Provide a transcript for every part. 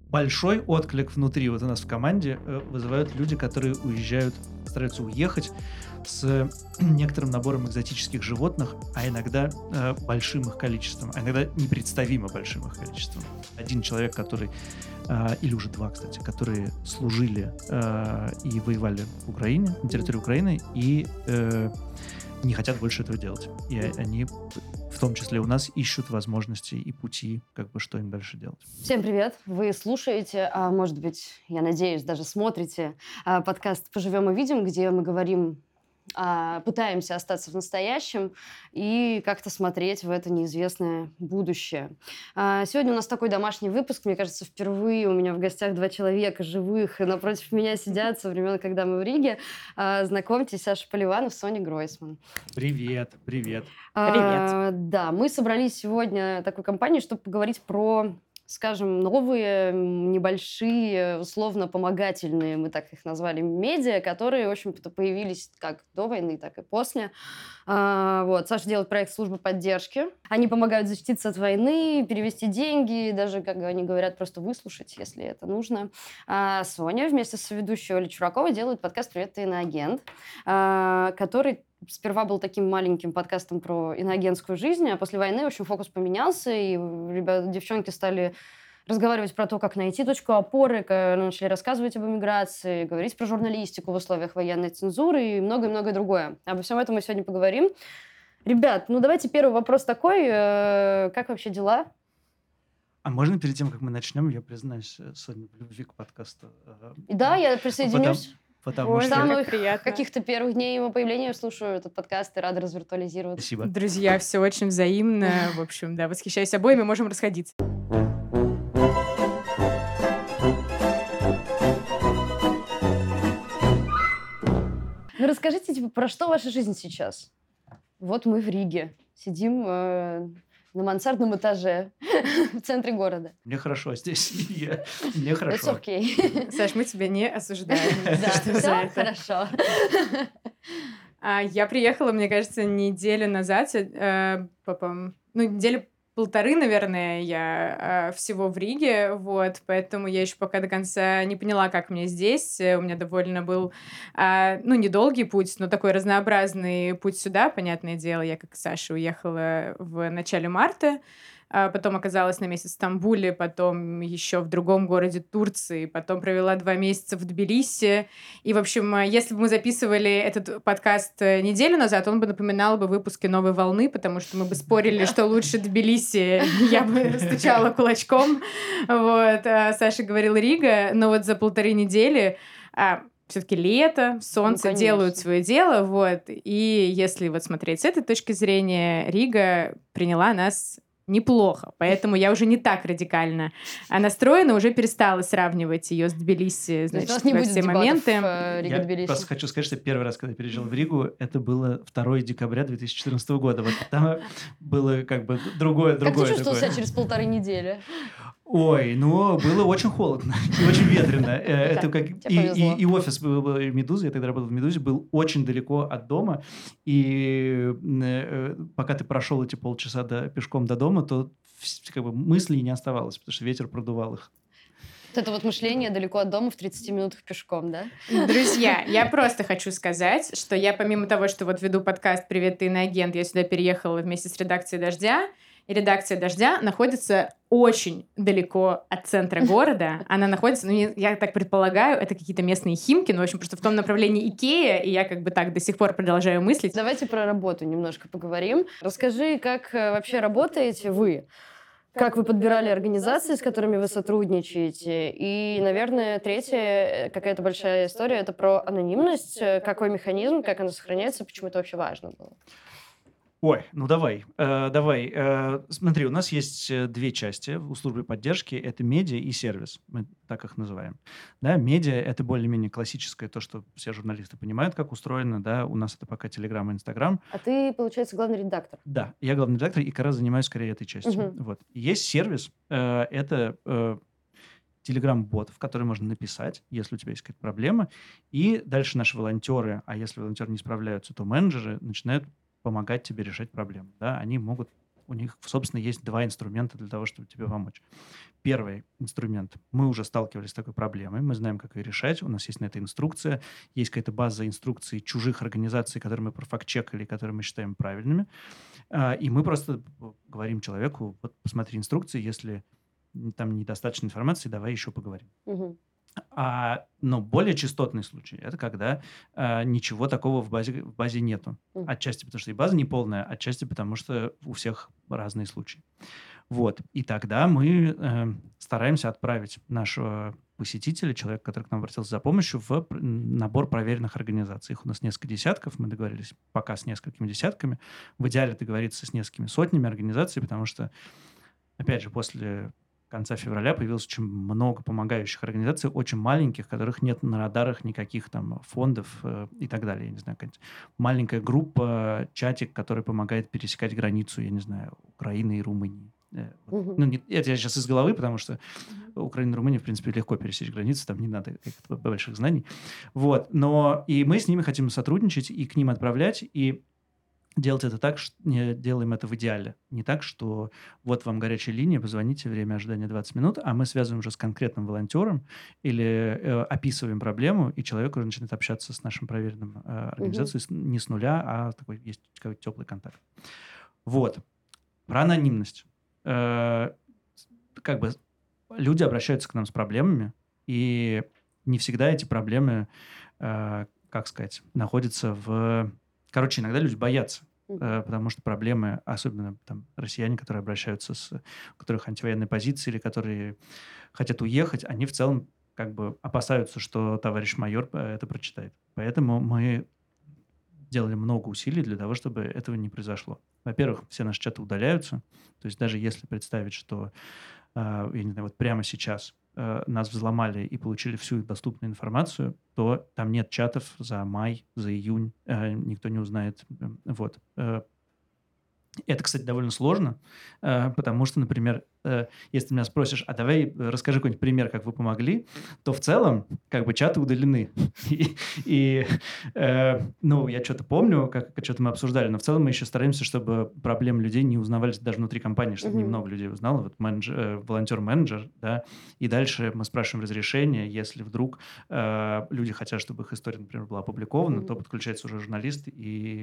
большой отклик внутри. Вот у нас в команде вызывают люди, которые уезжают, стараются уехать с некоторым набором экзотических животных, а иногда большим их количеством, а иногда непредставимо большим их количеством. Один человек, который, или уже два, кстати, которые служили и воевали в Украине, на территории Украины, и не хотят больше этого делать. И они, в том числе у нас, ищут возможности и пути, как бы, что им дальше делать. Всем привет! Вы слушаете, а может быть, я надеюсь, даже смотрите подкаст «Поживем и видим», где мы говорим, пытаемся остаться в настоящем и как-то смотреть в это неизвестное будущее. Сегодня у нас такой домашний выпуск. Мне кажется, впервые у меня в гостях два человека живых напротив меня сидят со времен, когда мы в Риге. Знакомьтесь, Саша Поливанов, Соня Гройсман. Привет, привет. Привет. Да, мы собрались сегодня такой компанией, чтобы поговорить про, скажем, новые, небольшие, условно-помогательные, мы так их назвали, медиа, которые, в общем-то, появились как до войны, так и после. Вот. Саша делает проект службы поддержки. Они помогают защититься от войны, перевести деньги, даже, как они говорят, просто выслушать, если это нужно. Соня вместе с ведущей Олей Чураковой делает подкаст «Привет, ты иноагент», который сперва был таким маленьким подкастом про иноагентскую жизнь, а после войны, в общем, фокус поменялся, и девчонки стали разговаривать про то, как найти точку опоры, начали рассказывать об эмиграции, говорить про журналистику в условиях военной цензуры и многое-многое другое. Обо всем этом мы сегодня поговорим. Ребят, давайте первый вопрос такой. Как вообще дела? А можно перед тем, как мы начнем, я признаюсь, Соня, в любви к подкасту? Да, я присоединюсь. Потому С что... самых каких-то первых дней его появления слушаю этот подкаст и рада развиртуализироваться. Спасибо. Друзья, все очень взаимно. В общем, да, восхищаюсь обоими, можем расходиться. Расскажите, про что ваша жизнь сейчас? Вот мы в Риге. Сидим на мансардном этаже в центре города. Мне хорошо здесь. Мне хорошо. It's okay. Саш, мы тебя не осуждаем. Да, все хорошо. Я приехала, мне кажется, неделю назад. Недели полторы, наверное, я всего в Риге, вот, поэтому я еще пока до конца не поняла, как мне здесь. У меня довольно был, недолгий путь, но такой разнообразный путь сюда, понятное дело. Я, как и Саша, уехала в начале марта, потом оказалась на месяц в Стамбуле, потом еще в другом городе Турции, потом провела 2 месяца в Тбилиси. И, в общем, если бы мы записывали этот подкаст неделю назад, он бы напоминал бы выпуски «Новой волны», потому что мы бы спорили, что лучше Тбилиси, я бы стучала кулачком. Вот. Саша говорил Рига, но вот за 1,5 недели... все-таки лето, солнце делают свое дело, вот. И если вот смотреть с этой точки зрения, Рига приняла нас неплохо, поэтому я уже не так радикально настроена, уже перестала сравнивать ее с Тбилиси, значит, во все моменты. Я просто хочу сказать, что первый раз, когда переезжал в Ригу, это было 2 декабря 2014 года. Вот там было как бы другое. Как ты чувствовал себя через 1,5 недели? Ой, было очень холодно и очень ветрено. Это как и офис Медузы, я тогда работал в Медузе, был очень далеко от дома, и пока ты прошел эти полчаса пешком до дома, то как бы мыслей не оставалось, потому что ветер продувал их. Вот это вот мышление далеко от дома в 30 минутах пешком, да? Друзья, я просто хочу сказать, что я помимо того, что вот веду подкаст «Привет, ты иноагент», я сюда переехала вместе с редакцией «Дождя», и редакция «Дождя» находится очень далеко от центра города. Она находится, я так предполагаю, это какие-то местные Химки, в общем, просто в том направлении Икея, и я как бы так до сих пор продолжаю мыслить. Давайте про работу немножко поговорим. Расскажи, как вообще работаете вы? Как вы подбирали организации, с которыми вы сотрудничаете? И, наверное, третья какая-то большая история — это про анонимность. Какой механизм, как она сохраняется, почему это вообще важно было? Ой, давай. Смотри, у нас есть 2 части у службы поддержки. Это медиа и сервис. Мы так их называем. Да, медиа — это более-менее классическое, то, что все журналисты понимают, как устроено. Да, у нас это пока Телеграм и Инстаграм. А ты, получается, главный редактор? Да, я главный редактор и как раз занимаюсь скорее этой частью. Вот. Есть сервис. Это Telegram-бот, в который можно написать, если у тебя есть какая-то проблема. И дальше наши волонтеры, а если волонтеры не справляются, то менеджеры начинают помогать тебе решать проблему. Да? Они могут у них, собственно, есть 2 инструмента для того, чтобы тебе помочь. Первый инструмент. Мы уже сталкивались с такой проблемой, мы знаем, как ее решать, у нас есть на это инструкция, есть какая-то база инструкций чужих организаций, которые мы профакт-чекали, которые мы считаем правильными. И мы просто говорим человеку, вот посмотри инструкции, если там недостаточно информации, давай еще поговорим. Мгм. Но более частотный случай– это когда ничего такого в базе нету. Мгм. Отчасти потому, что и база неполная, отчасти потому, что у всех разные случаи. Вот. И тогда мы стараемся отправить нашего посетителя, человека, который к нам обратился за помощью, в набор проверенных организаций. Их у нас несколько десятков, мы договорились пока с несколькими десятками. В идеале договориться с несколькими сотнями организаций, потому что, опять же, после конца февраля появилось очень много помогающих организаций, очень маленьких, которых нет на радарах никаких там фондов и так далее. Я не знаю, какая-нибудь маленькая группа, чатик, который помогает пересекать границу, я не знаю, Украины и Румынии. Мгм. Это я сейчас из головы, потому что Украина и Румыния, в принципе, легко пересечь границу, там не надо каких-то больших знаний. Вот. И мы с ними хотим сотрудничать и к ним отправлять, и делать это так, делаем это в идеале. Не так, что вот вам горячая линия, позвоните, время ожидания 20 минут, а мы связываем уже с конкретным волонтером или описываем проблему, и человек уже начинает общаться с нашим проверенным организацией не с нуля, а такой есть какой-то теплый контакт. Вот. Про анонимность. Как бы люди обращаются к нам с проблемами, и не всегда эти проблемы, как сказать, находятся в... Короче, иногда люди боятся, потому что проблемы, особенно там россияне, которые обращаются, у которых антивоенные позиции или которые хотят уехать, они в целом как бы опасаются, что товарищ майор это прочитает. Поэтому мы делали много усилий для того, чтобы этого не произошло. Во-первых, все наши чаты удаляются. То есть даже если представить, что, я не знаю, вот прямо сейчас нас взломали и получили всю доступную информацию, то там нет чатов за май, за июнь, никто не узнает. Вот. Это, кстати, довольно сложно, потому что, например, если ты меня спросишь, а давай расскажи какой-нибудь пример, как вы помогли, то в целом как бы чаты удалены. Ну, я что-то помню, как что-то мы обсуждали, но в целом мы еще стараемся, чтобы проблемы людей не узнавались даже внутри компании, чтобы немного людей узнало. Вот волонтер-менеджер, да, и дальше мы спрашиваем разрешение, если вдруг люди хотят, чтобы их история, например, была опубликована, то подключается уже журналист и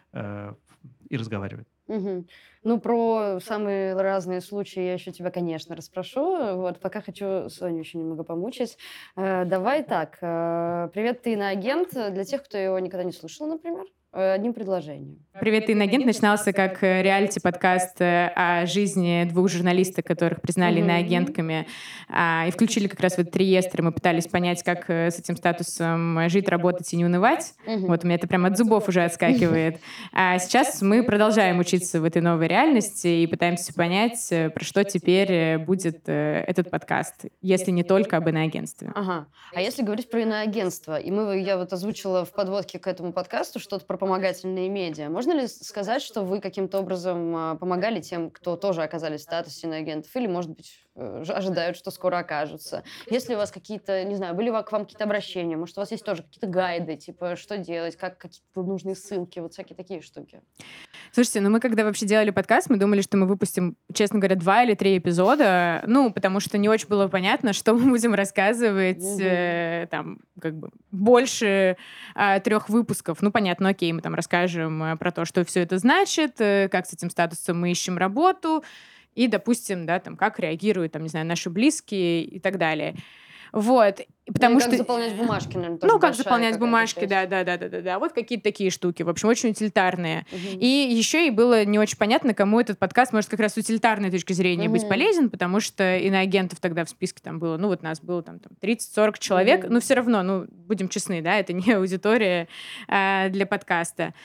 разговаривает. Ну, про самые разные случаи я еще тебя, конечно, расспрошу. Вот, пока хочу Соню еще немного помучить. Давай так. Привет, ты иноагент. Для тех, кто его никогда не слышал, например, одним предложением. «Привет, ты иноагент» начинался как реалити-подкаст о жизни двух журналисток, которых признали иноагентками, и включили как раз в этот реестр. Мы пытались понять, как с этим статусом жить, работать и не унывать. Вот у меня это прямо от зубов уже отскакивает. А сейчас мы продолжаем учиться в этой новой реальности и пытаемся понять, про что теперь будет этот подкаст, если не только об иноагентстве. Ага. А если говорить про иноагентство, и я вот озвучила в подводке к этому подкасту что-то про помогательные медиа, можно ли сказать, что вы каким-то образом помогали тем, кто тоже оказались в статусе иноагентов, или, может быть, ожидают, что скоро окажутся? Если у вас какие-то, не знаю, были к вам какие-то обращения, может, у вас есть тоже какие-то гайды, типа, что делать, как какие-то нужные ссылки, вот всякие такие штуки? Слушайте, мы когда вообще делали подкаст, мы думали, что мы выпустим, честно говоря, 2 или 3 эпизода, потому что не очень было понятно, что мы будем рассказывать, там, как бы, больше 3 выпусков. Ну, понятно, окей, мы там расскажем про то, что все это значит, как с этим статусом мы ищем работу, и, допустим, да, там, как реагируют, там, не знаю, наши близкие и так далее. Вот. Потому как заполнять бумажки, наверное, тоже как заполнять бумажки, да. Вот какие-то такие штуки. В общем, очень утилитарные. И еще и было не очень понятно, кому этот подкаст может как раз с утилитарной точки зрения быть полезен, потому что иноагентов тогда в списке там было, нас было там 30-40 человек, но все равно, будем честны, да, это не аудитория для подкаста.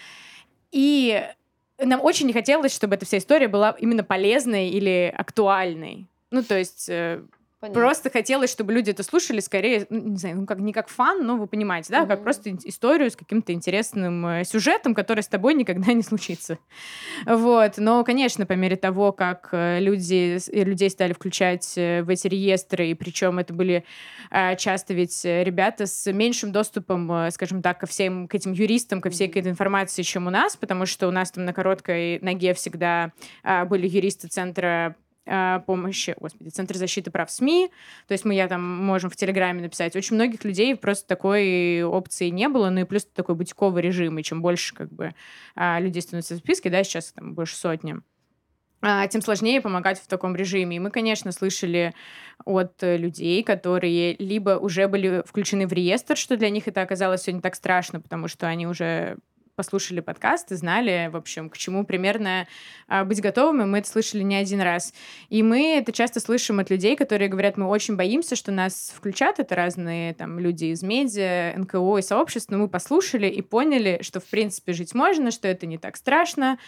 И нам очень не хотелось, чтобы эта вся история была именно полезной или актуальной. То есть... Понятно. Просто хотелось, чтобы люди это слушали скорее, не знаю, не как фан, но вы понимаете, да, как просто историю с каким-то интересным сюжетом, который с тобой никогда не случится. Вот. Но, конечно, по мере того, как людей стали включать в эти реестры, и причем это были часто ведь ребята с меньшим доступом, скажем так, к этим юристам, ко всей этой информации, чем у нас, потому что у нас там на короткой ноге всегда были юристы Центра Центр защиты прав СМИ, то есть я там можем в Телеграме написать. Очень многих людей просто такой опции не было, ну и плюс такой бутиковый режим, и чем больше людей становится в списке, да, сейчас там больше сотни, тем сложнее помогать в таком режиме. И мы, конечно, слышали от людей, которые либо уже были включены в реестр, что для них это оказалось все не так страшно, потому что они уже послушали подкаст и знали, в общем, к чему примерно быть готовыми. Мы это слышали не один раз. И мы это часто слышим от людей, которые говорят, мы очень боимся, что нас включат. Это разные там люди из медиа, НКО и сообществ, но мы послушали и поняли, что, в принципе, жить можно, что это не так страшно.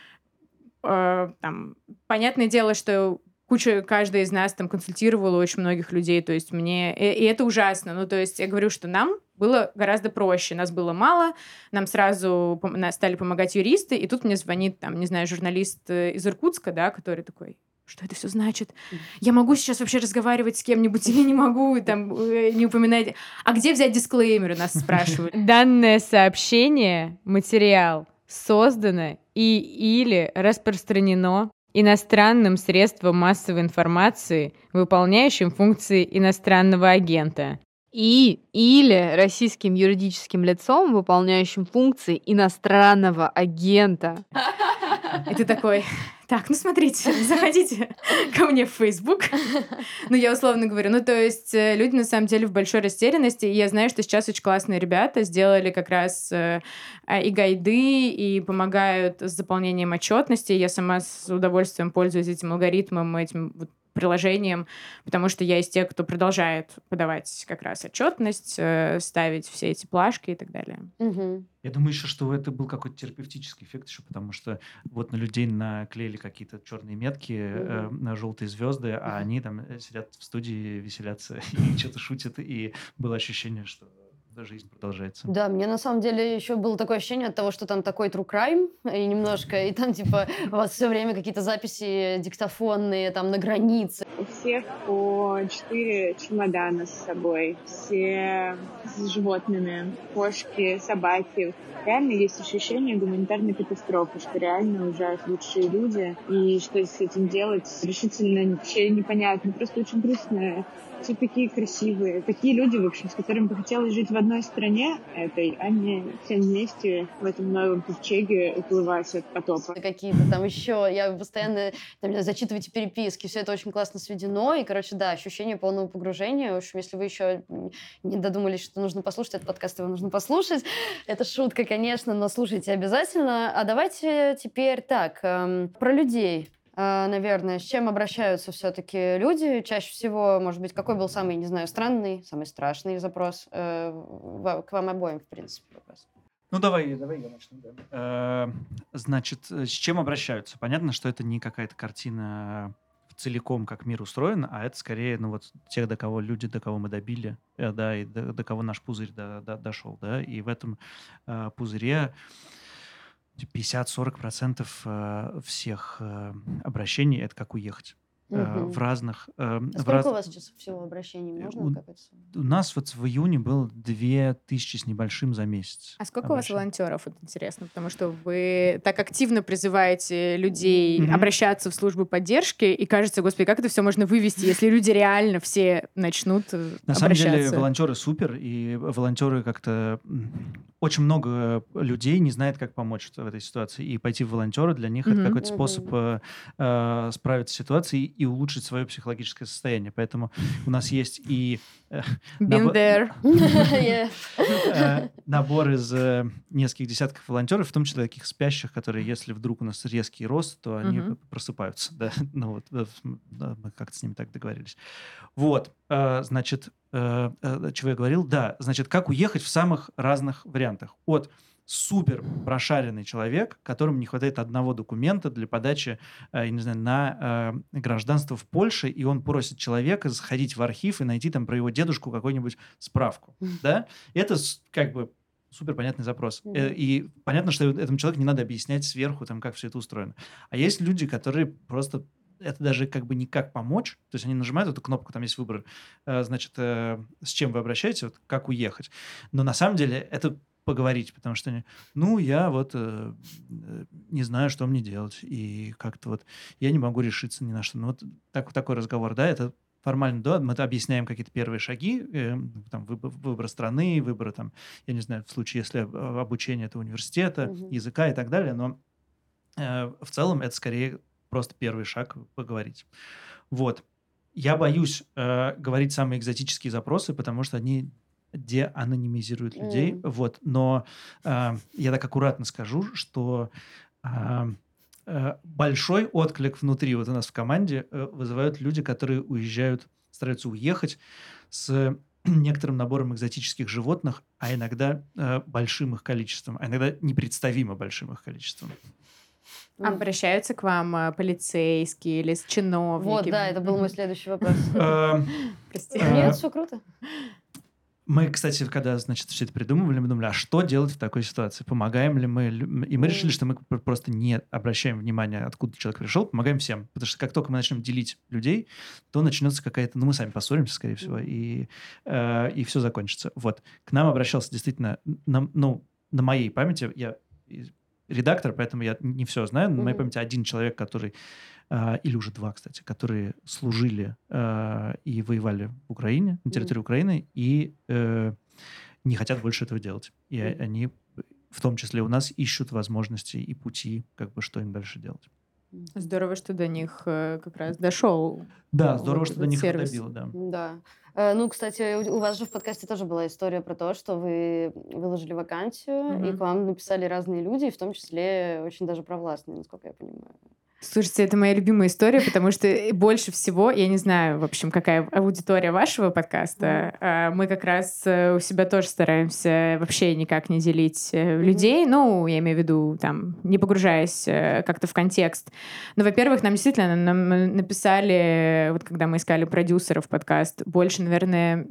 Понятное дело, что каждый из нас там консультировала очень многих людей, то есть и это ужасно, ну, то есть я говорю, что нам было гораздо проще, нас было мало, нам сразу стали помогать юристы, и тут мне звонит, там, не знаю, журналист из Иркутска, да, который такой, что это все значит? Я могу сейчас вообще разговаривать с кем-нибудь или не могу, там, не упоминать. А где взять дисклеймер, нас спрашивают. Данное сообщение, материал создано или распространено иностранным средством массовой информации, выполняющим функции иностранного агента. Или российским юридическим лицом, выполняющим функции иностранного агента. И ты такой, так, ну смотрите, заходите ко мне в Facebook. Ну, я условно говорю. Ну, то есть люди, на самом деле, в большой растерянности. И я знаю, что сейчас очень классные ребята сделали как раз и гайды, и помогают с заполнением отчетности. Я сама с удовольствием пользуюсь этим алгоритмом, этим приложением, потому что я из тех, кто продолжает подавать как раз отчетность, ставить все эти плашки и так далее. Я думаю еще, что это был какой-то терапевтический эффект еще, потому что вот на людей наклеили какие-то черные метки, на желтые звезды, а они там сидят в студии, веселятся и что-то шутят, и было ощущение, что жизнь продолжается. Да, мне на самом деле еще было такое ощущение от того, что там такой true crime, и немножко, и там типа у вас все время какие-то записи диктофонные, там на границе. У всех по 4 чемодана с собой, все с животными, кошки, собаки. Реально есть ощущение гуманитарной катастрофы, что реально уезжают лучшие люди, и что с этим делать решительно вообще непонятно, просто очень грустно. Все такие красивые, такие люди, в общем, с которыми бы хотелось жить в одной стране этой, а не всем вместе в этом новом ковчеге уплывать от потопа. Какие-то там еще, я постоянно там, зачитывайте переписки, все это очень классно сведено, и, короче, да, ощущение полного погружения. В общем, если вы еще не додумались, что нужно послушать этот подкаст, его нужно послушать. Это шутка, конечно, но слушайте обязательно. А давайте теперь так, про людей. Наверное, с чем обращаются все-таки люди чаще всего, может быть, какой был самый, не знаю, странный, самый страшный запрос к вам обоим, в принципе, вопрос? Ну, давай я начну. Да. Значит, с чем обращаются? Понятно, что это не какая-то картина целиком, как мир устроен, а это скорее, ну, вот тех, до кого мы добили, да, и до кого наш пузырь дошел, да, и в этом пузыре 50-40% всех обращений — это как уехать. В разных... Сколько у вас сейчас всего обращений? Можно у нас вот в июне было 2000 с небольшим за месяц. А сколько у вас волонтеров? Это интересно, потому что вы так активно призываете людей обращаться в службу поддержки, и кажется, господи, как это все можно вывести, если люди реально все начнут обращаться? На самом деле волонтеры супер, и волонтеры как-то... Очень много людей не знает, как помочь в этой ситуации, и пойти в волонтеры для них это какой-то способ справиться с ситуацией и улучшить свое психологическое состояние. Поэтому у нас есть и набор из нескольких десятков волонтеров, в том числе таких спящих, которые, если вдруг у нас резкий рост, то они просыпаются. Да? Ну, вот, мы как-то с ними так договорились. Вот, значит, чего я говорил? Да, значит, как уехать в самых разных вариантах. От супер прошаренный человек, которому не хватает одного документа для подачи, я не знаю, на гражданство в Польше, и он просит человека сходить в архив и найти там про его дедушку какую-нибудь справку, да? Это как бы супер понятный запрос. И понятно, что этому человеку не надо объяснять сверху, там, как все это устроено. А есть люди, которые просто это даже как бы никак помочь. То есть они нажимают эту кнопку, там есть выбор, значит, с чем вы обращаетесь, вот, как уехать. Но на самом деле это поговорить, потому что, я вот не знаю, что мне делать, и как-то вот я не могу решиться ни на что. Ну вот такой разговор, да, это формально, да, мы объясняем какие-то первые шаги, там, выбор страны, выбор, там, я не знаю, в случае, если обучение этого университета, языка и так далее, но в целом это скорее просто первый шаг поговорить. Вот. Я боюсь говорить самые экзотические запросы, потому что они деанонимизируют людей. Вот. Но я так аккуратно скажу, что большой отклик внутри, вот у нас в команде, вызывают люди, которые уезжают, стараются уехать с некоторым набором экзотических животных, а иногда большим их количеством, а иногда непредставимо большим их количеством. Обращаются к вам полицейские или чиновники? Вот, да, это был мой следующий вопрос. Прости. Нет, все круто. Мы, кстати, когда, значит, все это придумывали, мы думали, а что делать в такой ситуации? Помогаем ли мы? И мы решили, что мы просто не обращаем внимания, откуда человек пришел, помогаем всем. Потому что как только мы начнем делить людей, то начнется какая-то... мы сами поссоримся, скорее всего, и все закончится. Вот. К нам обращался действительно... на моей памяти, я редактор, поэтому я не все знаю, но на моей памяти один человек, который... или уже два, кстати, которые служили и воевали в Украине, на территории Украины, и не хотят больше этого делать. И они, в том числе у нас, ищут возможности и пути, как бы, что им дальше делать. Здорово, что до них как раз дошел. Да, здорово, что до них сервис. добило, да. Да. Кстати, у вас же в подкасте тоже была история про то, что вы выложили вакансию, и к вам написали разные люди, в том числе очень даже провластные, насколько я понимаю. Слушайте, это моя любимая история, потому что больше всего, я не знаю, в общем, какая аудитория вашего подкаста, мы как раз у себя тоже стараемся вообще никак не делить людей, я имею в виду, там, не погружаясь как-то в контекст. Но, во-первых, нам действительно написали, вот когда мы искали продюсеров подкаст, больше, наверное,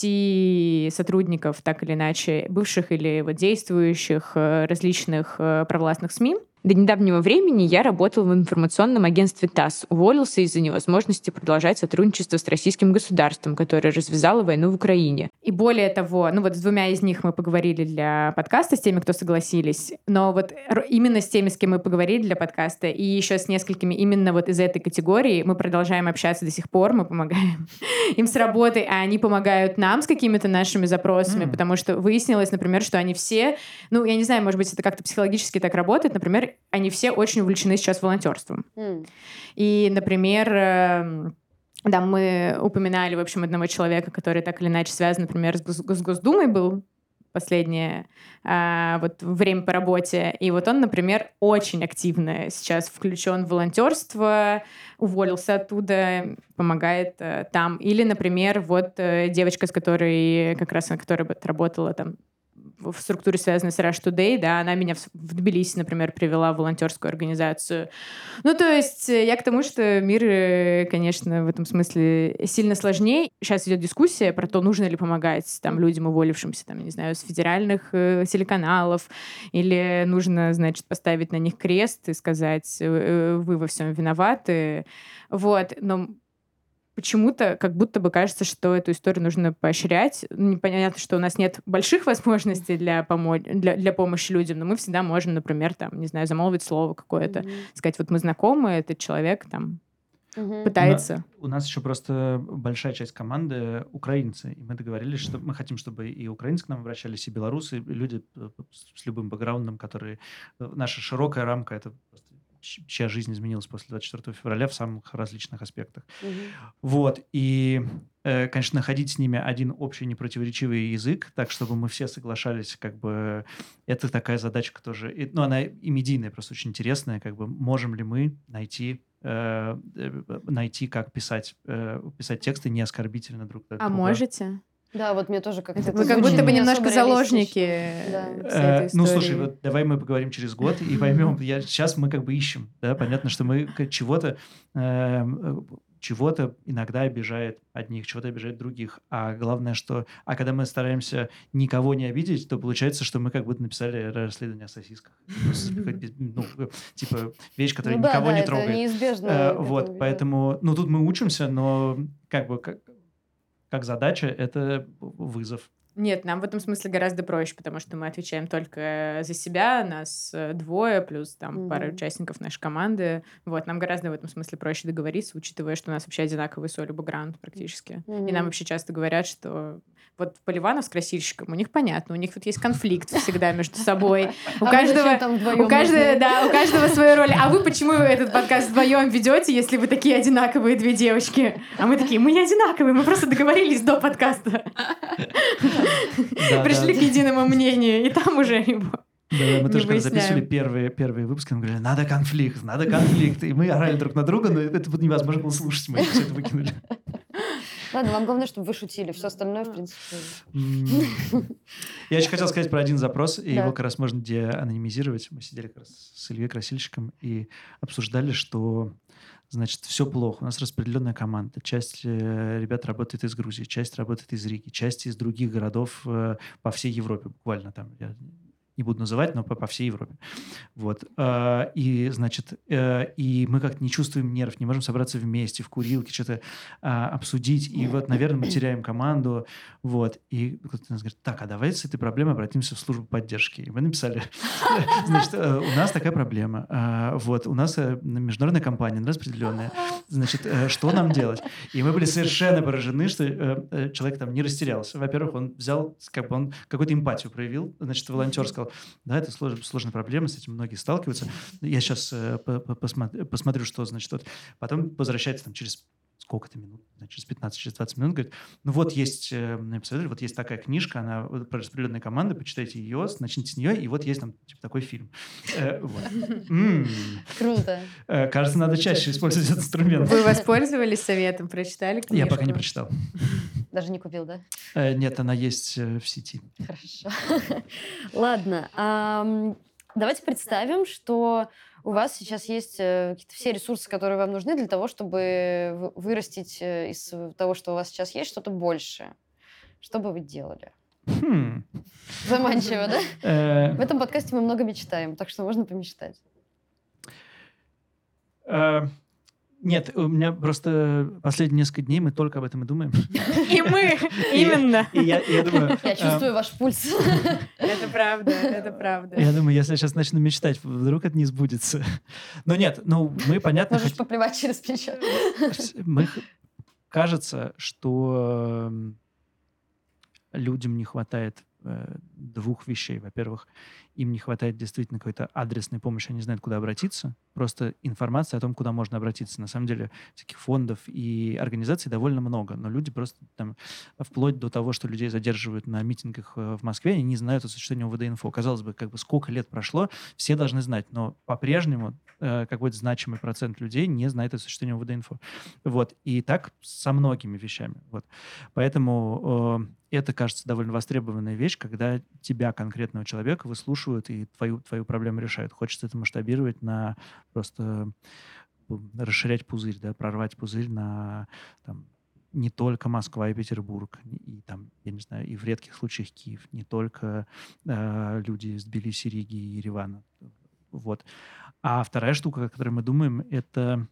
10 сотрудников, так или иначе, бывших или вот действующих различных провластных СМИ. До недавнего времени я работал в информационном агентстве ТАСС. Уволился из-за невозможности продолжать сотрудничество с российским государством, которое развязало войну в Украине. И более того, с двумя из них мы поговорили для подкаста, с теми, кто согласились. Но вот именно с теми, с кем мы поговорили для подкаста, и еще с несколькими именно вот из этой категории мы продолжаем общаться до сих пор, мы помогаем им с работой, а они помогают нам с какими-то нашими запросами, потому что выяснилось, например, что они все, я не знаю, может быть, это как-то психологически так работает, например, они все очень увлечены сейчас волонтерством. И, например, мы упоминали, в общем, одного человека, который так или иначе связан, например, с Госдумой был последнее время по работе. И вот он, например, очень активно сейчас включен в волонтерство, уволился оттуда, помогает там. Или, например, девочка, которая работала там в структуре, связанной с Rush Today, да, она меня в Тбилиси, например, привела в волонтерскую организацию. То есть я к тому, что мир, конечно, в этом смысле сильно сложнее. Сейчас идет дискуссия про то, нужно ли помогать там людям, уволившимся, там, не знаю, с федеральных телеканалов, или нужно, значит, поставить на них крест и сказать, вы во всем виноваты. Вот, но почему-то как будто бы кажется, что эту историю нужно поощрять. Непонятно, что у нас нет больших возможностей для помощи людям, но мы всегда можем, например, там, не знаю, замолвить слово какое-то, сказать, вот мы знакомы, этот человек там пытается. У нас еще просто большая часть команды украинцы, и мы договорились, что мы хотим, чтобы и украинцы к нам обращались, и белорусы, и люди с любым бэкграундом, которые... Наша широкая рамка — это просто чья жизнь изменилась после 24 февраля в самых различных аспектах. Вот. И, конечно, находить с ними один общий непротиворечивый язык, так, чтобы мы все соглашались, как бы, это такая задачка тоже. Она и медийная, просто очень интересная, как бы, можем ли мы найти, как писать тексты не оскорбительно друг для друга. А можете? Да, вот мне тоже как-то это Вы как звучит будто бы не немножко особо заложники реалистично. всей этой Ну, истории. слушай, вот давай мы поговорим через год и поймем. Сейчас мы как бы ищем, да, понятно, что мы чего-то иногда обижает одних, чего-то обижает других. А главное, когда мы стараемся никого не обидеть, то получается, что мы как будто написали расследование о сосисках. Ну, типа вещь, которая Ну да, никого да, не это трогает. неизбежно. к этому Вот, ведет. поэтому, ну, тут мы учимся, но как задача это вызов. Нет, нам в этом смысле гораздо проще, потому что мы отвечаем только за себя, нас двое, плюс там пара Мгм. участников нашей команды. Вот, нам гораздо в этом смысле проще договориться, учитывая, что у нас вообще одинаковый с Олей бэкграунд практически. И нам Мгм. вообще часто говорят, что вот Поливанов с красильщиком, у них понятно, у них вот есть конфликт всегда между собой. У А вы каждого... зачем там вдвоем У каждого, нужны? да, у каждого своя роль. А вы почему этот подкаст вдвоем ведете, если вы такие одинаковые две девочки? А мы такие, мы не одинаковые, мы просто договорились до подкаста. Да, Пришли да. к единому мнению, и там уже его Да, мы не тоже когда записывали выясняем. первые выпуски, мы говорили, надо конфликт. И мы орали друг на друга, но это вот невозможно было слушать, мы все это выкинули. Ладно, вам главное, чтобы вы шутили. Все остальное, в принципе... Я еще хотел сказать про один запрос, и Да. его как раз можно деанонимизировать. Мы сидели как раз с Ильей Красильщиком и обсуждали, что, значит, все плохо. У нас распределенная команда. Часть ребят работает из Грузии, часть работает из Риги, часть из других городов по всей Европе. Буквально там, я не буду называть, но по всей Европе. Вот. И, значит, и мы как-то не чувствуем нерв, не можем собраться вместе в курилке, что-то обсудить. И вот, наверное, мы теряем команду. Вот. И кто-то нас говорит, так, а давай с этой проблемой обратимся в службу поддержки. И мы написали, значит, у нас такая проблема. Вот. У нас международная компания, она распределенная. Значит, что нам делать? И мы были совершенно поражены, что человек там не растерялся. Во-первых, он взял, как бы он какую-то эмпатию проявил, значит, волонтер сказал, да, это сложная проблема, с этим многие сталкиваются. Я сейчас посмотрю, что, значит, вот. Потом возвращается там через сколько-то минут, через 15, через 20 минут, говорит, ну вот есть, вот есть такая книжка, она про распределенные команды, почитайте ее, начните с нее, и вот есть там типа такой фильм. Круто. Кажется, надо чаще использовать этот инструмент. Вы воспользовались советом, прочитали книжку? Я пока не прочитал. Даже не купил, да? Нет, она есть в сети. Хорошо. Ладно. Давайте представим, что у вас сейчас есть какие-то все ресурсы, которые вам нужны для того, чтобы вырастить из того, что у вас сейчас есть, что-то большее. Что бы вы делали? Заманчиво, да? В этом подкасте мы много мечтаем, так что можно помечтать. Нет, у меня просто последние несколько дней мы только об этом и думаем. И мы, именно. И я думаю... Я чувствую ваш пульс. Это правда, это правда. Я думаю, если я сейчас начну мечтать, вдруг это не сбудется. Но нет, мы, понятно... Можешь поплевать через плечо. Кажется, что людям не хватает двух вещей. Во-первых, им не хватает действительно какой-то адресной помощи, они не знают, куда обратиться. Просто информация о том, куда можно обратиться. На самом деле всяких фондов и организаций довольно много, но люди просто там, вплоть до того, что людей задерживают на митингах в Москве, они не знают о существовании УВД-инфо. Казалось бы, как бы сколько лет прошло, все должны знать, но по-прежнему какой-то значимый процент людей не знает о существовании УВД-инфо. Вот. И так со многими вещами. Вот. Поэтому это, кажется, довольно востребованная вещь, когда тебя, конкретного человека, выслушивают и твою проблему решают. Хочется это масштабировать на просто расширять пузырь, да, прорвать пузырь на там, не только Москва и Петербург, и там, я не знаю, и в редких случаях Киев, не только люди из Тбилиси, Риги и Еревана. Вот. А вторая штука, о которой мы думаем, это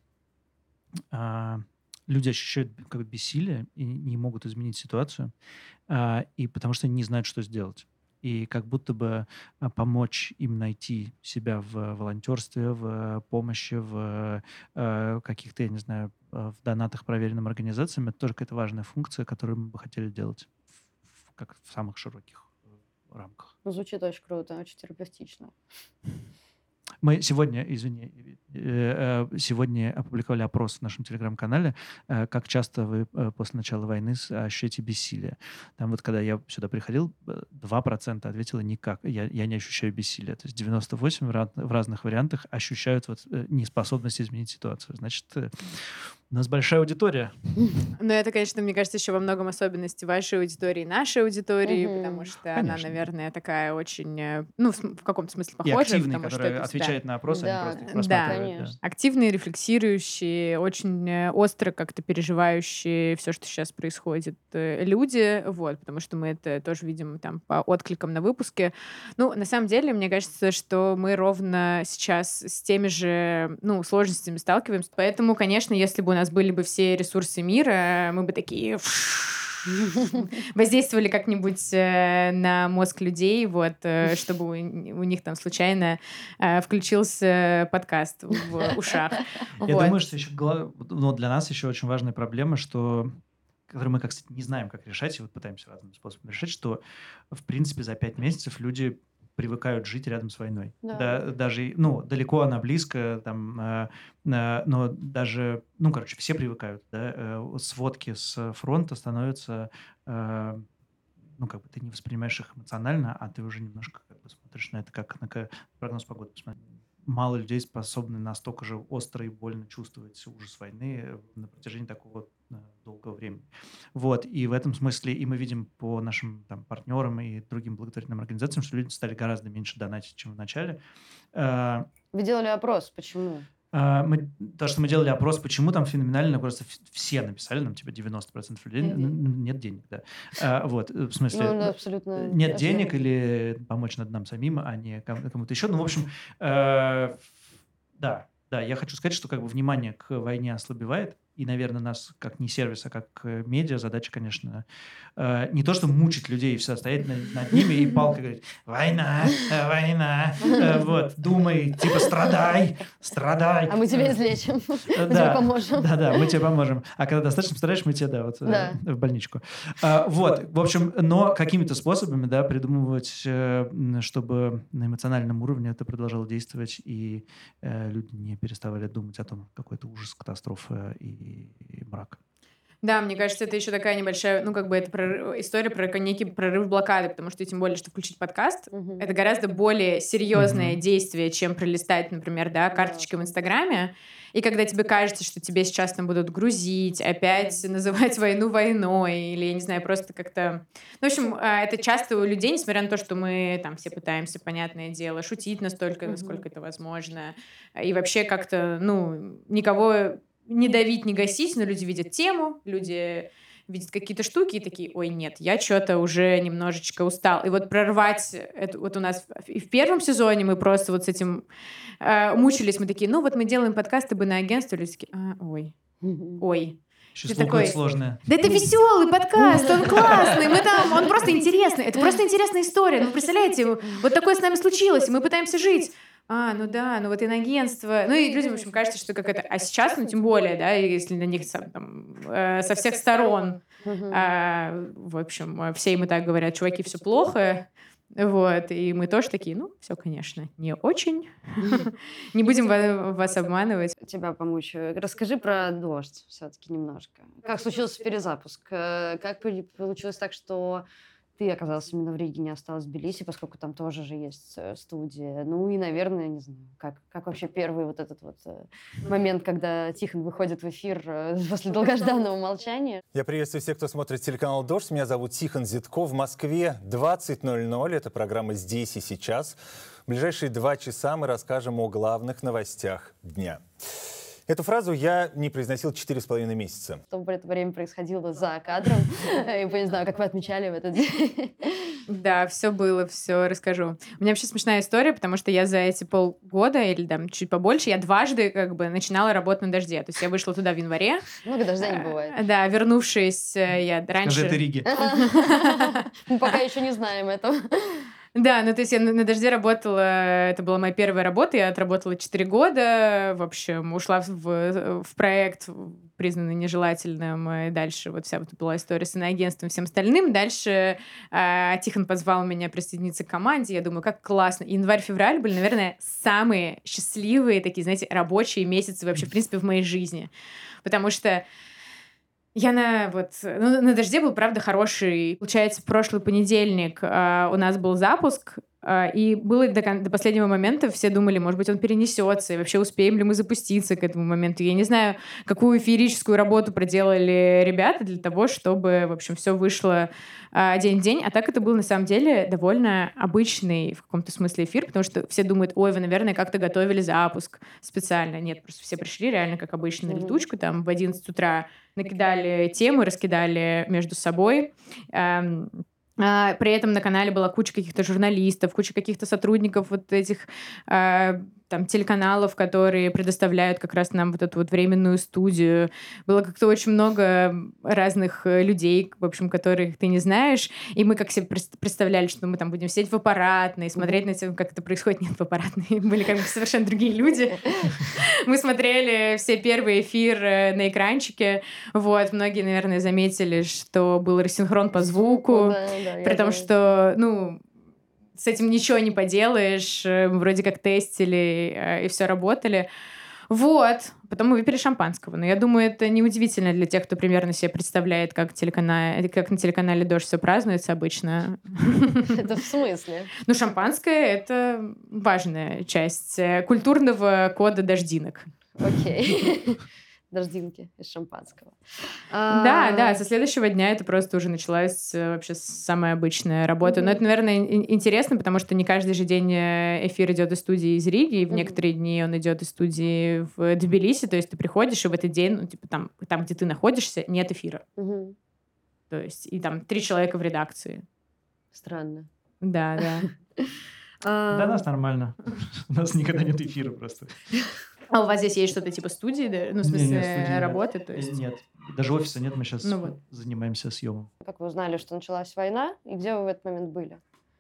люди ощущают как бы бессилие и не могут изменить ситуацию, и потому что они не знают, что сделать. И как будто бы помочь им найти себя в волонтерстве, в помощи, в каких-то, я не знаю, в донатах проверенным организациям, это тоже какая-то важная функция, которую мы бы хотели делать как в самых широких рамках. Звучит очень круто, очень терапевтично. Мы сегодня опубликовали опрос в нашем телеграм-канале, как часто вы после начала войны ощущаете бессилие. Там вот, когда я сюда приходил, 2% ответило никак. Я не ощущаю бессилия. То есть 98% в разных вариантах ощущают вот неспособность изменить ситуацию. Значит, У нас большая аудитория. Но это, конечно, мне кажется, еще во многом особенности вашей аудитории и нашей аудитории, Мгм. потому что она, Конечно. наверное, такая очень, ну, в каком-то смысле И похожая, активный, потому что который это отвечает на опросы, Да, они просто их Да. просматривают. конечно. активные, рефлексирующие, очень остро как-то переживающие все, что сейчас происходит, люди, вот, потому что мы это тоже видим там по откликам на выпуске. Ну, на самом деле, мне кажется, что мы ровно сейчас с теми же, ну, сложностями сталкиваемся, поэтому, конечно, если бы у нас были бы все ресурсы мира, мы бы такие воздействовали как-нибудь на мозг людей, вот, чтобы у них там случайно включился подкаст в ушах. Я Вот. думаю, что еще для нас еще очень важная проблема, которую мы, кстати, не знаем, как решать, и вот пытаемся разными способами решить, что, в принципе, за 5 месяцев люди привыкают жить рядом с войной. Да. Даже, ну, далеко она близко, там, но даже, ну, короче, все привыкают, да, сводки с фронта становятся, ну, как бы ты не воспринимаешь их эмоционально, а ты уже немножко как бы смотришь на это как на прогноз погоды. Мало людей способны настолько же остро и больно чувствовать ужас войны на протяжении такого долгого времени. Вот, и в этом смысле и мы видим по нашим там партнерам и другим благотворительным организациям, что люди стали гораздо меньше донатить, чем в начале. Вы делали опрос, почему? То, что мы делали опрос, почему там феноменально, просто все написали, нам типа 90% людей, нет денег, да. Вот, в смысле, Ну, абсолютно нет денег очевидно. или помочь надо нам самим, а не кому-то еще. Ну, в общем, да, я хочу сказать, что как бы внимание к войне ослабевает, и, наверное, нас как не сервис, а как медиа задача, конечно, не то, что мучить людей и все, стоять над ними и палкой говорить: война, война, вот, думай, типа, страдай. А мы тебя излечим. Мы тебе Да, поможем. да, мы тебе поможем. А когда достаточно постараешь, мы тебе, Да. в больничку. Вот, в общем, но какими-то способами, да, придумывать, чтобы на эмоциональном уровне это продолжало действовать, и люди не переставали думать о том, какой это ужас, катастрофа и мрак. Да, мне кажется, это еще такая небольшая, ну, как бы это история про некий прорыв блокады, потому что тем более, что включить подкаст, это гораздо более серьезное действие, чем пролистать, например, да, карточки в Инстаграме. И когда тебе кажется, что тебе сейчас там будут грузить, опять называть войну войной, или, я не знаю, просто как-то... Ну, в общем, это часто у людей, несмотря на то, что мы там все пытаемся, понятное дело, шутить настолько, насколько это возможно, и вообще как-то, ну, никого не давить, не гасить, но люди видят тему, люди видят какие-то штуки и такие: ой, нет, я что-то уже немножечко устал. И вот прорвать это, вот у нас и в первом сезоне мы просто вот с этим мучились, мы такие: ну вот мы делаем подкасты бы на агентство, люди такие: ой. Еще Ты слово такой: сложное. Да это веселый подкаст, он классный, мы там, он просто интересный, это просто интересная история. Ну, представляете, вот такое с нами случилось, и мы пытаемся жить. Ну да, ну вот инагентство. Ну и людям, в общем, кажется, что как это... А сейчас, ну тем более, да, если на них там, со всех сторон, в общем, все им и так говорят: чуваки, все плохо. Вот, и мы тоже такие: ну, все, конечно, не очень. Не будем вас обманывать. Тебя помучаю. Расскажи про «Дождь» все-таки немножко. Как случился перезапуск? Как получилось так, что ты оказался именно в Риге, не осталась в Тбилиси, поскольку там тоже же есть студия. Ну и, наверное, не знаю, как вообще первый вот этот вот момент, когда Тихон выходит в эфир после долгожданного молчания. Я приветствую всех, кто смотрит телеканал «Дождь». Меня зовут Тихон Зитко. В Москве 20:00. Это программа «Здесь и сейчас». В ближайшие 2 часа мы расскажем о главных новостях дня. Эту фразу я не произносил 4,5 месяца. Что в это время происходило за кадром. Я не знаю, как вы отмечали в этот день. Да, все было, все расскажу. У меня вообще смешная история, потому что я за эти полгода или там чуть побольше, я дважды как бы начинала работать на «Дожде». То есть я вышла туда в январе. Много дождя не бывает. Да, вернувшись, я раньше... Скажи это Риге. Мы пока еще не знаем этого. Да, ну то есть я на «Дожде» работала, это была моя первая работа, я отработала 4 года, в общем, ушла в проект, признанный нежелательным, и дальше вот вся вот была история с иноагентством и всем остальным. Дальше Тихон позвал меня присоединиться к команде, я думаю, как классно. Январь-февраль были, наверное, самые счастливые такие, знаете, рабочие месяцы вообще, в принципе, в моей жизни, потому что я на «Дожде» был, правда, хороший. Получается, в прошлый понедельник у нас был запуск, И было до последнего момента, все думали, может быть, он перенесется, и вообще успеем ли мы запуститься к этому моменту. Я не знаю, какую феерическую работу проделали ребята для того, чтобы, в общем, все вышло день в день. А так это был, на самом деле, довольно обычный в каком-то смысле эфир, потому что все думают, ой, вы, наверное, как-то готовили запуск специально. Нет, просто все пришли реально как обычно на летучку, там в 11 утра накидали темы, раскидали между собой. При этом на канале была куча каких-то журналистов, куча каких-то сотрудников вот этих там телеканалов, которые предоставляют как раз нам вот эту вот временную студию. Было как-то очень много разных людей, в общем, которых ты не знаешь. И мы как себе представляли, что мы там будем сидеть в аппаратной, смотреть на то, как это происходит. Нет, в аппаратной были как бы совершенно другие люди. Мы смотрели все первые эфиры на экранчике. Вот, многие, наверное, заметили, что был рассинхрон по звуку. При том, что, с этим ничего не поделаешь. Вроде как тестили, и все работали. Вот. Потом мы выпили шампанского. Но я думаю, это неудивительно для тех, кто примерно себе представляет, как на телеканале «Дождь» все празднуется обычно. Это в смысле? Шампанское — это важная часть культурного кода дождинок. Окей. Дождинки из шампанского. Да, со следующего дня это просто уже началась вообще самая обычная работа. Но это, наверное, интересно, потому что не каждый же день эфир идет из студии из Риги, и в некоторые дни он идет из студии в Тбилиси, то есть ты приходишь, и в этот день, там, где ты находишься, нет эфира. То есть и там 3 человека в редакции. Странно. Да. Для нас нормально. У нас никогда нет эфира просто. А у вас здесь есть что-то типа студии, да? В смысле, работы? То есть... Нет, даже офиса нет, мы сейчас занимаемся съемом. Как вы узнали, что началась война, и где вы в этот момент были?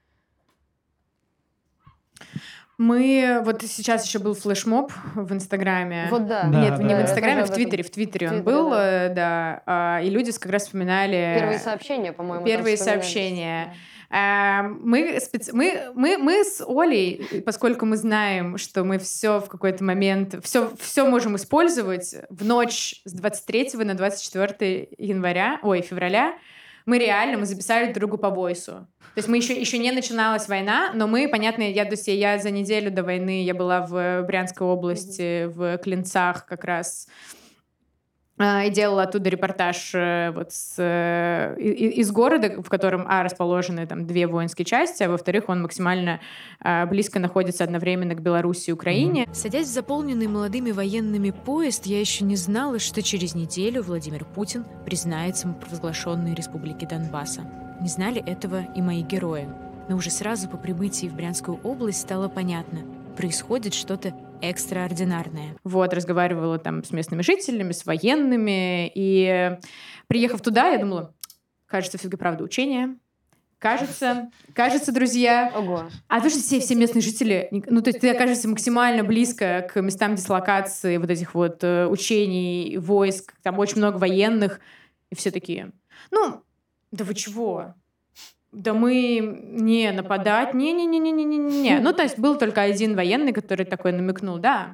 Мы... Вот сейчас еще был флешмоб в Инстаграме. Вот да. Нет, не в Инстаграме, в Твиттере. В Твиттере он был, да. И люди как раз вспоминали... Первые сообщения, по-моему. Первые сообщения. Мы с Олей, поскольку мы знаем, что мы все в какой-то момент, все можем использовать, в ночь с 23 на 24 февраля, мы записали другу по войсу. То есть мы еще не начиналась война, но мы, понятно, я за неделю до войны, я была в Брянской области, в Клинцах как раз, и делала оттуда репортаж из города, в котором, расположены там 2 воинские части, а во-вторых, он максимально близко находится одновременно к Беларуси и Украине. Садясь в заполненный молодыми военными поезд, я еще не знала, что через неделю Владимир Путин признает самопровозглашенные республики Донбасса. Не знали этого и мои герои. Но уже сразу по прибытии в Брянскую область стало понятно – происходит что-то экстраординарное. Вот, разговаривала там с местными жителями, с военными, и приехав туда, я думала, кажется, все-таки правда учение. Кажется, друзья. Ого. А то, что все местные жители, то есть ты окажешься максимально близко к местам дислокации вот этих вот учений, войск, там очень много военных, и все такие, да вы чего? Да мы не нападать, не. То есть был только один военный, который такой намекнул, да,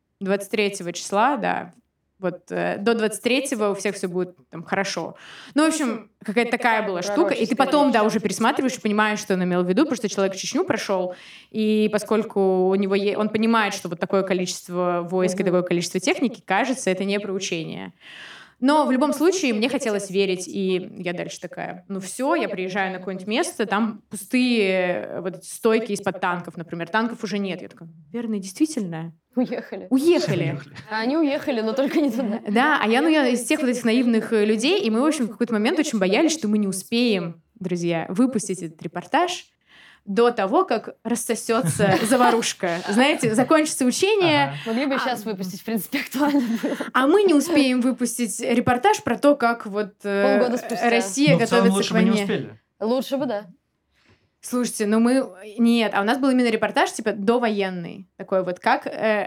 23 числа, да, вот до 23-го у всех все будет там хорошо. В общем, какая-то такая была штука, и ты потом, уже пересматриваешь и понимаешь, что он имел в виду, потому что человек Чечню прошел, и поскольку он понимает, что вот такое количество войск и такое количество техники, кажется, это не про учение. Но в любом случае мне хотелось верить, и я дальше такая, все, я приезжаю на какое-нибудь место, там пустые вот эти стойки из-под танков, например, танков уже нет. Я такая, верно, действительно. Уехали. А они уехали, но только не туда. Да, а я из всех вот этих наивных людей, и мы, в общем, в какой-то момент очень боялись, что мы не успеем, друзья, выпустить этот репортаж до того, как рассосется заварушка. Знаете, закончится учение. Могли бы сейчас выпустить, в принципе, актуально было. А мы не успеем выпустить репортаж про то, как вот полгода спустя Россия готовится к войне. Мы не успели. Лучше бы, да. Слушайте, Нет, а у нас был именно репортаж, типа, довоенный. Такой вот, как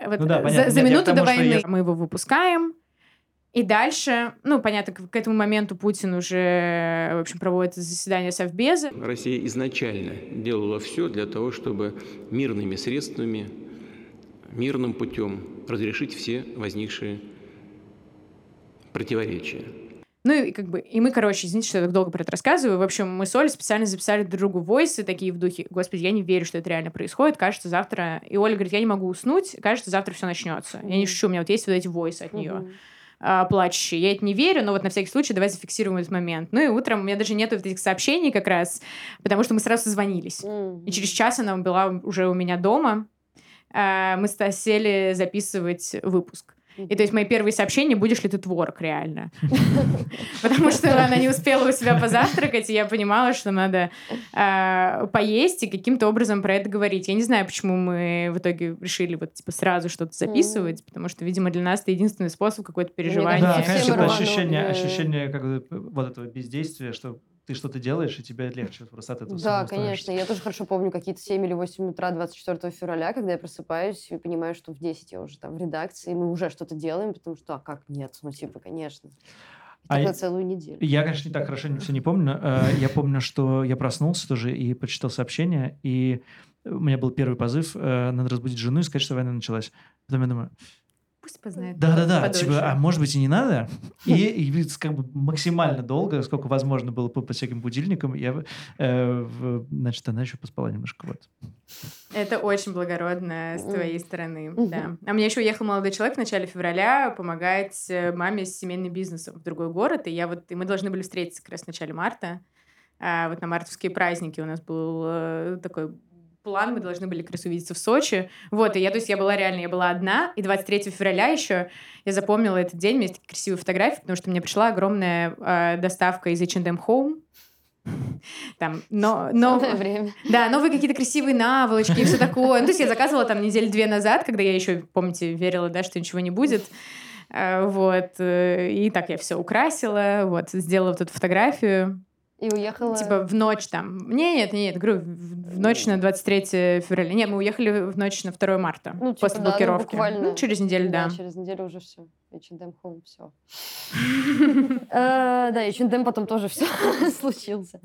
за минуту до войны. Мы его выпускаем. И дальше, понятно, к этому моменту Путин уже, в общем, проводит заседание Совбеза. Россия изначально делала все для того, чтобы мирными средствами, мирным путем разрешить все возникшие противоречия. Ну, и как бы, и мы, короче, извините, что я так долго про это рассказываю. В общем, мы с Олей специально записали друг другу войсы такие в духе: господи, я не верю, что это реально происходит. Кажется, завтра... И Оля говорит: я не могу уснуть, кажется, завтра все начнется. Я не шучу, у меня вот есть вот эти войсы от нее. Плачущие. Я это не верю, но вот на всякий случай давай зафиксируем этот момент. Ну и утром у меня даже нету вот этих сообщений как раз, потому что мы сразу созвонились. И через час она была уже у меня дома. Мы сели записывать выпуск. И то есть мои первые сообщения: будешь ли ты творог реально? Потому что она не успела у себя позавтракать, и я понимала, что надо поесть и каким-то образом про это говорить. Я не знаю, почему мы в итоге решили вот типа сразу что-то записывать, потому что, видимо, для нас это единственный способ какое-то переживание. Да, конечно, это ощущение как бы вот этого бездействия, что ты что-то делаешь, и тебе легче просто от этого. Да, конечно. Я тоже хорошо помню какие-то 7 или 8 утра 24 февраля, когда я просыпаюсь и понимаю, что в 10 я уже там в редакции, и мы уже что-то делаем, потому что, а как нет? Ну, типа, конечно. И так на целую неделю. Я, конечно, не так хорошо все не помню. Я помню, что я проснулся тоже и прочитал сообщение, и у меня был первый позыв, надо разбудить жену и сказать, что война началась. Потом я думаю... Пусть познает. Да, типа, а может быть и не надо? И как бы максимально долго, сколько возможно было по всяким будильникам, я, значит, она еще поспала немножко. Вот. Это очень благородно с твоей стороны, да. А мне еще уехал молодой человек в начале февраля помогать маме с семейным бизнесом в другой город, и мы должны были встретиться как раз в начале марта. Вот на мартовские праздники у нас был такой план, мы должны были как раз увидеться в Сочи. Вот, и я была одна, и 23 февраля еще я запомнила этот день, у меня есть такие красивые фотографии, потому что мне пришла огромная доставка из H&M Home. Там, время. Да, новые какие-то красивые наволочки и все такое. Ну, то есть я заказывала там недели 2 назад, когда я еще, помните, верила, да, что ничего не будет. Вот, и так я все украсила, вот, сделала вот эту фотографию. И уехала... Типа в ночь там. Нет, говорю, в ночь на 23 февраля. Нет, мы уехали в ночь на 2 марта. Ну, типа, после блокировки. Буквально. Через неделю, да. Через неделю уже все. H&M Home, все. Да, H&M потом тоже все случился.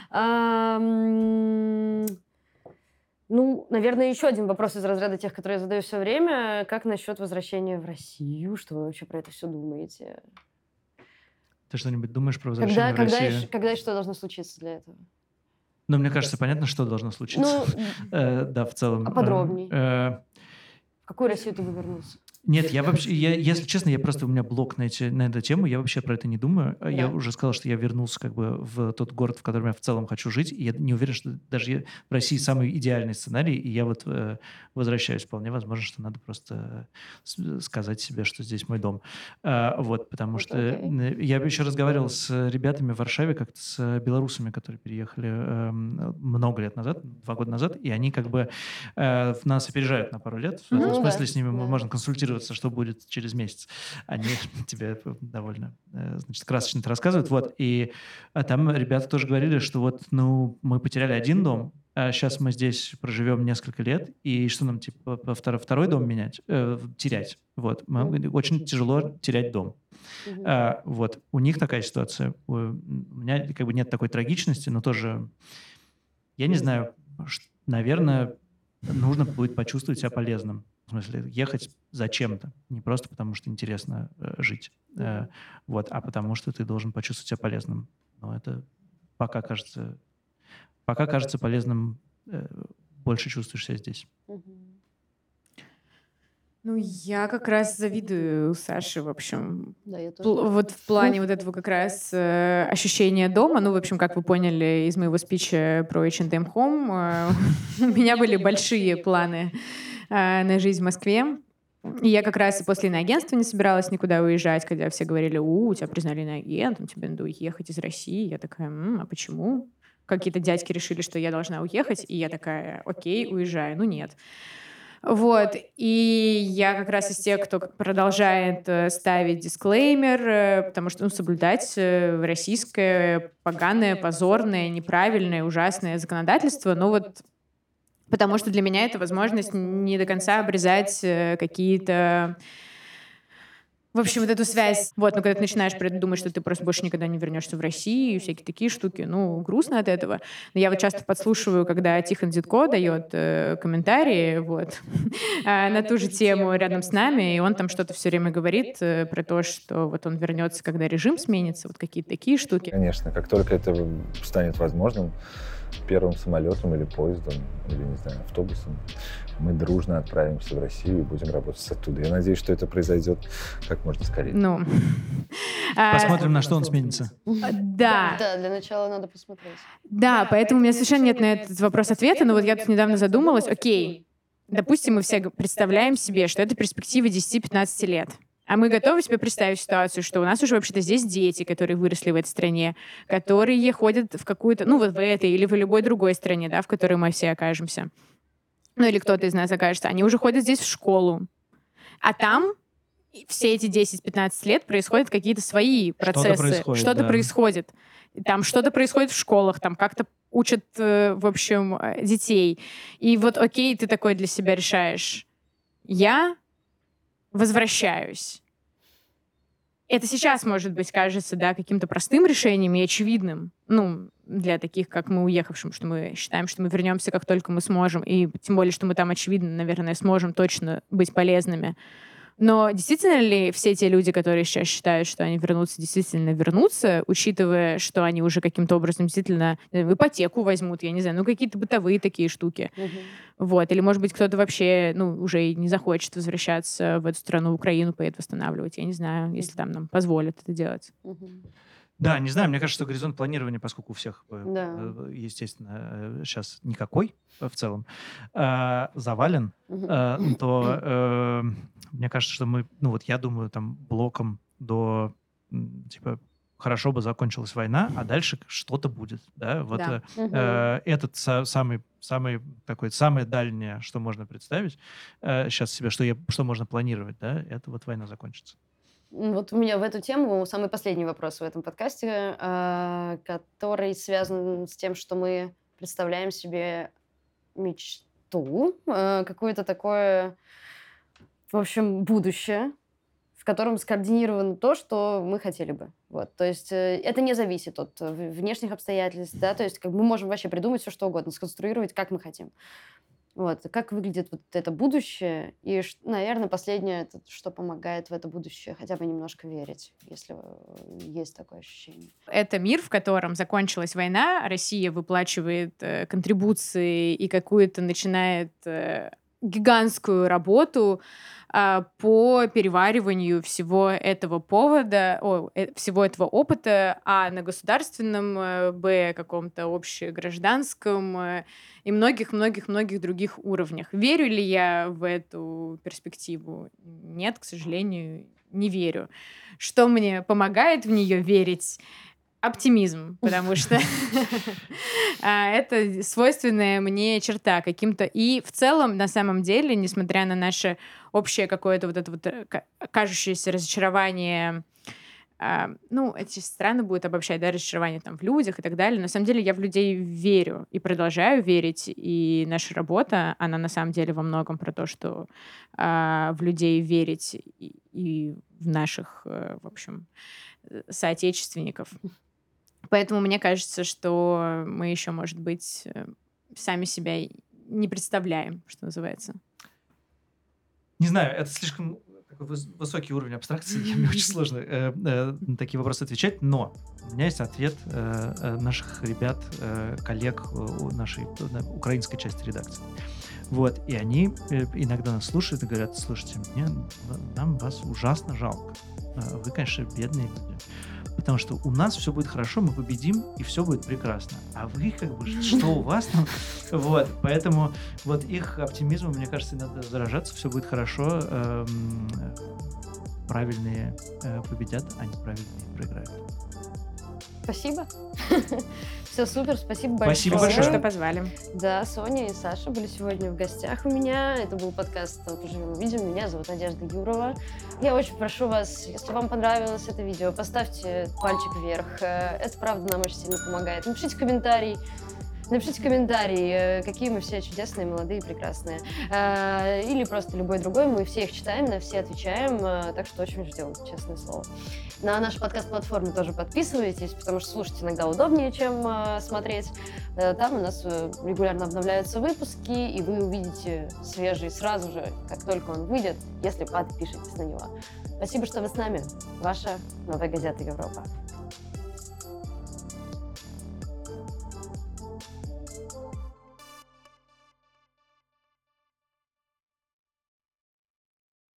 Ну, наверное, еще один вопрос из разряда тех, которые я задаю все время. Как насчет возвращения в Россию? Что вы вообще про это все думаете? Ты что-нибудь думаешь про возвращение в Россию? Когда и что должно случиться для этого? Ну, мне кажется, понятно, что должно случиться. Да, в целом. А подробнее? В какую Россию ты бы вернулся? Нет, я вообще, если честно, у меня блог на эту тему, я вообще про это не думаю. Да. Я уже сказал, что я вернулся как бы в тот город, в котором я в целом хочу жить, и я не уверен, что даже в России самый идеальный сценарий, и я вот возвращаюсь. Вполне возможно, что надо просто сказать себе, что здесь мой дом. Вот, потому что я еще разговаривал с ребятами в Варшаве, как-то с белорусами, которые переехали много лет назад, 2 года назад, и они как бы нас опережают на пару лет. В этом смысле с ними можно консультироваться, что будет через месяц. Они тебе довольно, значит, красочно это рассказывают. Вот. И там ребята тоже говорили, что вот, ну, мы потеряли один дом, а сейчас мы здесь проживем несколько лет, и что нам, типа, второй дом терять? Вот. Очень тяжело терять дом. Вот. У них такая ситуация. У меня как бы нет такой трагичности, но тоже, я не знаю, наверное, нужно будет почувствовать себя полезным. В смысле, ехать зачем-то. Не просто потому, что интересно жить. Вот, а потому, что ты должен почувствовать себя полезным. Но это пока кажется полезным, больше чувствуешь себя здесь. Ну, я как раз завидую Саше, в общем. Да, я тоже. Вот в плане вот этого как раз ощущения дома. Ну, в общем, как вы поняли из моего спича про H&M Home, у меня были большие планы на жизнь в Москве. И я как раз и после иноагентства не собиралась никуда уезжать, когда все говорили: у тебя признали иноагентом, тебе надо уехать из России. Я такая: а почему? Какие-то дядьки решили, что я должна уехать, и я такая: окей, уезжаю. Ну, нет. Вот, и я как раз из тех, кто продолжает ставить дисклеймер, потому что, соблюдать российское поганое, позорное, неправильное, ужасное законодательство, но вот потому что для меня это возможность не до конца обрезать какие-то В общем, вот эту связь, вот, но когда ты начинаешь думать, что ты просто больше никогда не вернешься в Россию, всякие такие штуки, ну, грустно от этого. Но я вот часто подслушиваю, когда Тихон Зитко дает комментарии, вот, на ту же тему рядом с нами, и он там что-то все время говорит про то, что вот он вернется, когда режим сменится, вот какие-то такие штуки. Конечно, как только это станет возможным, первым самолетом или поездом, или, не знаю, автобусом, мы дружно отправимся в Россию и будем работать оттуда. Я надеюсь, что это произойдет как можно скорее. Ну, Посмотрим, на что он сменится. да. Да, для начала надо посмотреть. Да, поэтому у меня совершенно нет на этот вопрос ответа, но вот я тут недавно задумалась, окей, допустим, мы все представляем себе, что это перспектива 10-15 лет. А мы готовы себе представить ситуацию, что у нас уже вообще-то здесь дети, которые выросли в этой стране, которые ходят в какую-то, ну вот в этой или в любой другой стране, да, в которой мы все окажемся. Ну или кто-то из нас окажется. Они уже ходят здесь в школу. А там все эти 10-15 лет происходят какие-то свои процессы. Что-то происходит. Там что-то происходит в школах, там как-то учат, в общем, детей. И вот окей, ты такой для себя решаешь. Я возвращаюсь. Это сейчас, может быть, кажется, да, каким-то простым решением и очевидным, ну, для таких, как мы, уехавшим, что мы считаем, что мы вернемся, как только мы сможем, и тем более, что мы там, очевидно, наверное, сможем точно быть полезными. Но действительно ли все те люди, которые сейчас считают, что они вернутся, действительно вернутся, учитывая, что они уже каким-то образом действительно ипотеку возьмут, я не знаю, ну, какие-то бытовые такие штуки. Вот. Или, может быть, кто-то вообще, ну, уже и не захочет возвращаться в эту страну, в Украину, поедет восстанавливать. Я не знаю, если там нам позволят это делать. Да, не знаю, мне кажется, что горизонт планирования, поскольку у всех, Да. естественно, сейчас никакой в целом, завален, то мне кажется, что мы, ну вот я думаю, там блоком до, типа, хорошо бы закончилась война, а дальше что-то будет, да, вот Да. этот самое дальнее, что можно представить сейчас себе, что можно планировать, да, это вот война закончится. Вот у меня в эту тему самый последний вопрос в этом подкасте, который связан с тем, что мы представляем себе мечту, какое-то такое, в общем, будущее, в котором скоординировано то, что мы хотели бы. Вот. То есть это не зависит от внешних обстоятельств, да, то есть как бы мы можем вообще придумать все, что угодно, сконструировать, как мы хотим. Вот. Как выглядит вот это будущее? И, наверное, последнее, это что помогает в это будущее хотя бы немножко верить, если есть такое ощущение. Это мир, в котором закончилась война, Россия выплачивает контрибуции и какую-то начинает гигантскую работу по перевариванию всего этого всего этого опыта, а на государственном, каком-то общегражданском и многих-многих-многих других уровнях. Верю ли я в эту перспективу? Нет, к сожалению, не верю. Что мне помогает в нее верить? Оптимизм, потому что это свойственная мне черта каким-то. И в целом, на самом деле, несмотря на наше общее какое-то вот это вот кажущееся разочарование, ну, эти странно будет обобщать, да, разочарование там в людях и так далее. На самом деле я в людей верю и продолжаю верить. И наша работа, она на самом деле во многом про то, что в людей верить и в наших, в общем, соотечественников. Поэтому мне кажется, что мы еще, может быть, сами себя не представляем, что называется. Не знаю, это слишком такой высокий уровень абстракции, мне очень сложно на такие вопросы отвечать, но у меня есть ответ наших ребят, коллег нашей украинской части редакции. Вот, и они иногда нас слушают и говорят: слушайте, нам вас ужасно жалко. Вы, конечно, бедные люди. Потому что у нас все будет хорошо, мы победим, и все будет прекрасно. А вы, как бы, что у вас там? Вот, поэтому вот их оптимизмом, мне кажется, надо заражаться, все будет хорошо. Правильные победят, а неправильные проиграют. Спасибо. Все супер, спасибо большое. Спасибо большое, что позвали. Да, Соня и Саша были сегодня в гостях у меня. Это был подкаст «Поживем увидим». Меня зовут Надежда Юрова. Я очень прошу вас, если вам понравилось это видео, поставьте пальчик вверх. Это, правда, нам очень сильно помогает. Напишите комментарий. Напишите комментарий, какие мы все чудесные, молодые, прекрасные. Или просто любой другой. Мы все их читаем, на все отвечаем. Так что очень ждем, честное слово. На наши подкаст-платформы тоже подписывайтесь, потому что слушать иногда удобнее, чем смотреть. Там у нас регулярно обновляются выпуски, и вы увидите свежий сразу же, как только он выйдет, если подпишетесь на него. Спасибо, что вы с нами. Ваша Новая газета Европа.